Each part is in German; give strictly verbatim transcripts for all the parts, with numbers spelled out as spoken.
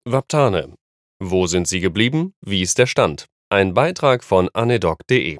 Vaptane. Wo sind sie geblieben? Wie ist der Stand? Ein Beitrag von anedoc punkt de.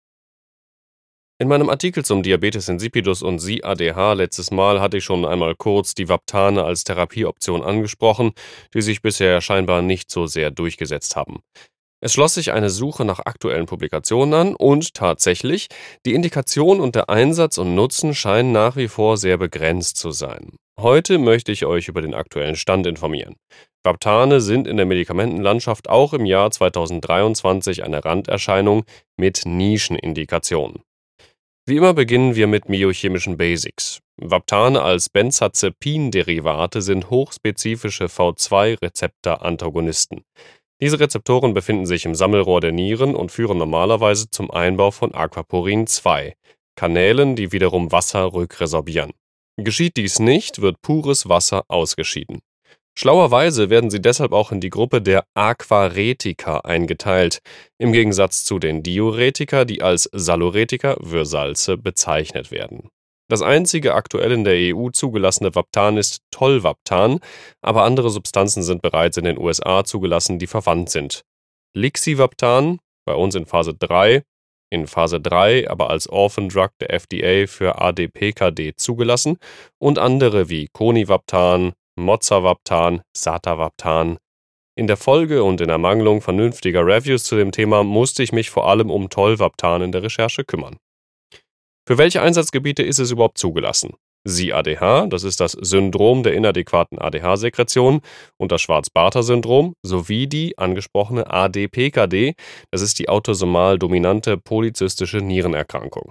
In meinem Artikel zum Diabetes insipidus und S I A D H letztes Mal hatte ich schon einmal kurz die Vaptane als Therapieoption angesprochen, die sich bisher scheinbar nicht so sehr durchgesetzt haben. Es schloss sich eine Suche nach aktuellen Publikationen an und tatsächlich, die Indikation und der Einsatz und Nutzen scheinen nach wie vor sehr begrenzt zu sein. Heute möchte ich euch über den aktuellen Stand informieren. Vaptane sind in der Medikamentenlandschaft auch im Jahr zweitausenddreiundzwanzig eine Randerscheinung mit Nischenindikationen. Wie immer beginnen wir mit biochemischen Basics. Vaptane als Benzazepin-Derivate sind hochspezifische V zwei Rezeptor-Antagonisten. Diese Rezeptoren befinden sich im Sammelrohr der Nieren und führen normalerweise zum Einbau von Aquaporin zwei, Kanälen, die wiederum Wasser rückresorbieren. Geschieht dies nicht, wird pures Wasser ausgeschieden. Schlauerweise werden sie deshalb auch in die Gruppe der Aquaretika eingeteilt, im Gegensatz zu den Diuretika, die als Saluretika für Salze bezeichnet werden. Das einzige aktuell in der E U zugelassene Vaptan ist Tolvaptan, aber andere Substanzen sind bereits in den U S A zugelassen, die verwandt sind. Lixivaptan, bei uns in Phase drei, in Phase drei aber als Orphan Drug der F D A für A D P K D zugelassen und andere wie Conivaptan, Mozarvaptan, Satavaptan. In der Folge und in Ermangelung vernünftiger Reviews zu dem Thema musste ich mich vor allem um Tolvaptan in der Recherche kümmern. Für welche Einsatzgebiete ist es überhaupt zugelassen? S I A D H, das ist das Syndrom der inadäquaten A D H-Sekretion, und das Schwarz-Barter-Syndrom sowie die angesprochene A D P K D, das ist die autosomal dominante polyzystische Nierenerkrankung.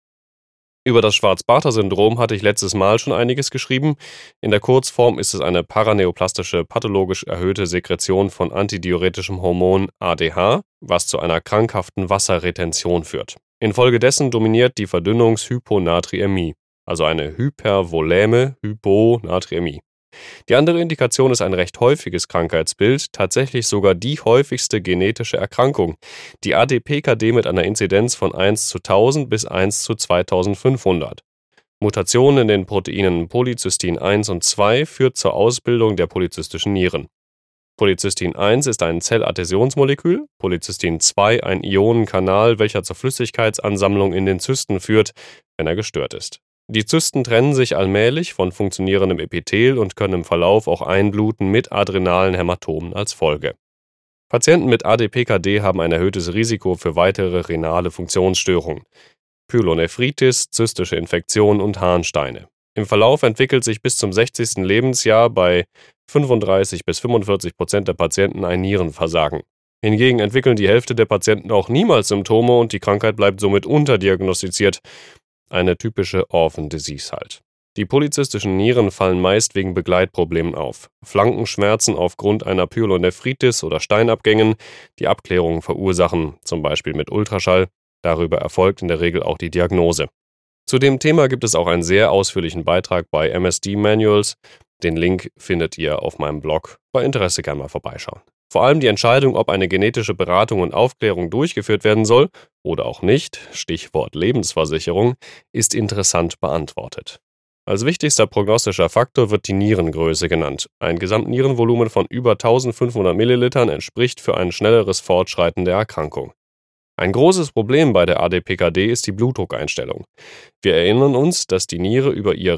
Über das Schwarz-Barter-Syndrom hatte ich letztes Mal schon einiges geschrieben. In der Kurzform ist es eine paraneoplastische, pathologisch erhöhte Sekretion von antidiuretischem Hormon A D H, was zu einer krankhaften Wasserretention führt. Infolgedessen dominiert die Verdünnungshyponatriämie, also eine hypervoläme Hyponatriämie. Die andere Indikation ist ein recht häufiges Krankheitsbild, tatsächlich sogar die häufigste genetische Erkrankung, die A D P K D mit einer Inzidenz von eins zu tausend bis eins zu zweitausendfünfhundert. Mutationen in den Proteinen Polycystin eins und zwei führt zur Ausbildung der polyzystischen Nieren. Polycystin eins ist ein Zelladhäsionsmolekül, Polycystin zwei ein Ionenkanal, welcher zur Flüssigkeitsansammlung in den Zysten führt, wenn er gestört ist. Die Zysten trennen sich allmählich von funktionierendem Epithel und können im Verlauf auch einbluten mit adrenalen Hämatomen als Folge. Patienten mit A D P K D haben ein erhöhtes Risiko für weitere renale Funktionsstörungen, Pyelonephritis, zystische Infektionen und Harnsteine. Im Verlauf entwickelt sich bis zum sechzigsten Lebensjahr bei fünfunddreißig bis fünfundvierzig Prozent der Patienten ein Nierenversagen. Hingegen entwickeln die Hälfte der Patienten auch niemals Symptome und die Krankheit bleibt somit unterdiagnostiziert. Eine typische Orphan Disease halt. Die polyzystischen Nieren fallen meist wegen Begleitproblemen auf. Flankenschmerzen aufgrund einer Pyelonephritis oder Steinabgängen, die Abklärungen verursachen, zum Beispiel mit Ultraschall. Darüber erfolgt in der Regel auch die Diagnose. Zu dem Thema gibt es auch einen sehr ausführlichen Beitrag bei M S D Manuals. Den Link findet ihr auf meinem Blog. Bei Interesse gerne mal vorbeischauen. Vor allem die Entscheidung, ob eine genetische Beratung und Aufklärung durchgeführt werden soll oder auch nicht, Stichwort Lebensversicherung, ist interessant beantwortet. Als wichtigster prognostischer Faktor wird die Nierengröße genannt. Ein Gesamtnierenvolumen von über eintausendfünfhundert Millilitern entspricht für ein schnelleres Fortschreiten der Erkrankung. Ein großes Problem bei der A D P K D ist die Blutdruckeinstellung. Wir erinnern uns, dass die Niere über ihr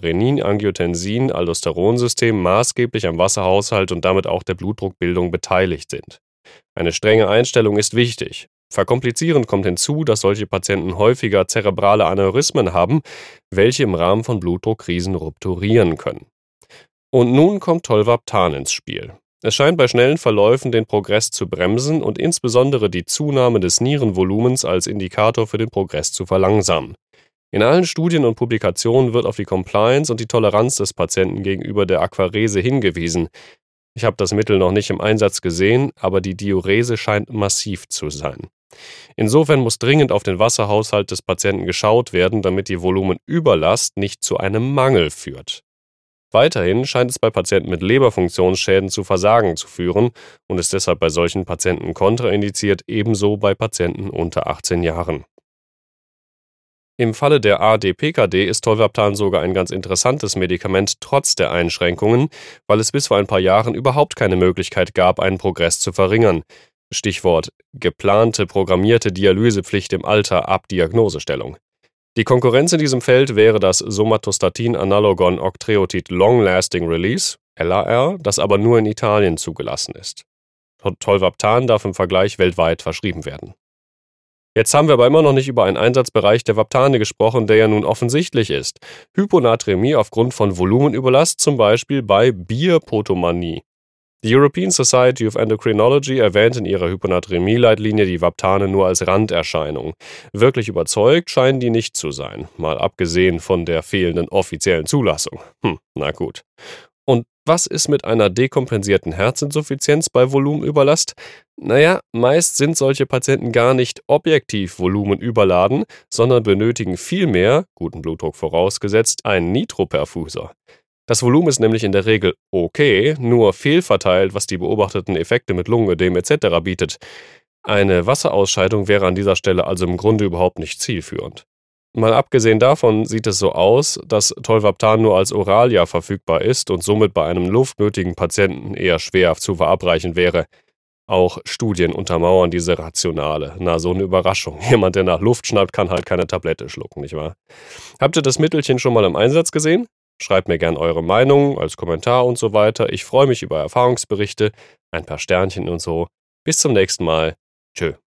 Renin-Angiotensin-Aldosteronsystem maßgeblich am Wasserhaushalt und damit auch der Blutdruckbildung beteiligt sind. Eine strenge Einstellung ist wichtig. Verkomplizierend kommt hinzu, dass solche Patienten häufiger zerebrale Aneurysmen haben, welche im Rahmen von Blutdruckkrisen rupturieren können. Und nun kommt Tolvaptan ins Spiel. Es scheint bei schnellen Verläufen den Progress zu bremsen und insbesondere die Zunahme des Nierenvolumens als Indikator für den Progress zu verlangsamen. In allen Studien und Publikationen wird auf die Compliance und die Toleranz des Patienten gegenüber der Aquarese hingewiesen. Ich habe das Mittel noch nicht im Einsatz gesehen, aber die Diurese scheint massiv zu sein. Insofern muss dringend auf den Wasserhaushalt des Patienten geschaut werden, damit die Volumenüberlast nicht zu einem Mangel führt. Weiterhin scheint es bei Patienten mit Leberfunktionsschäden zu Versagen zu führen und ist deshalb bei solchen Patienten kontraindiziert, ebenso bei Patienten unter achtzehn Jahren. Im Falle der A D P K D ist Tolvaptan sogar ein ganz interessantes Medikament trotz der Einschränkungen, weil es bis vor ein paar Jahren überhaupt keine Möglichkeit gab, einen Progress zu verringern. Stichwort geplante, programmierte Dialysepflicht im Alter ab Diagnosestellung. Die Konkurrenz in diesem Feld wäre das Somatostatin-Analogon Octreotide Long-Lasting Release, L A R, das aber nur in Italien zugelassen ist. Tolvaptan darf im Vergleich weltweit verschrieben werden. Jetzt haben wir aber immer noch nicht über einen Einsatzbereich der Vaptane gesprochen, der ja nun offensichtlich ist. Hyponaträmie aufgrund von Volumenüberlast, zum Beispiel bei Bierpotomanie. Die European Society of Endocrinology erwähnt in ihrer Hyponaträmie-Leitlinie die Vaptane nur als Randerscheinung. Wirklich überzeugt scheinen die nicht zu sein, mal abgesehen von der fehlenden offiziellen Zulassung. Hm, na gut. Und was ist mit einer dekompensierten Herzinsuffizienz bei Volumenüberlast? Naja, meist sind solche Patienten gar nicht objektiv volumenüberladen, sondern benötigen vielmehr, guten Blutdruck vorausgesetzt, einen Nitroperfusor. Das Volumen ist nämlich in der Regel okay, nur fehlverteilt, was die beobachteten Effekte mit Lungenödem et cetera bietet. Eine Wasserausscheidung wäre an dieser Stelle also im Grunde überhaupt nicht zielführend. Mal abgesehen davon sieht es so aus, dass Tolvaptan nur als Oralia verfügbar ist und somit bei einem luftnötigen Patienten eher schwer zu verabreichen wäre. Auch Studien untermauern diese Rationale. Na, so eine Überraschung. Jemand, der nach Luft schnappt, kann halt keine Tablette schlucken, nicht wahr? Habt ihr das Mittelchen schon mal im Einsatz gesehen? Schreibt mir gern eure Meinung als Kommentar und so weiter. Ich freue mich über Erfahrungsberichte, ein paar Sternchen und so. Bis zum nächsten Mal. Tschö.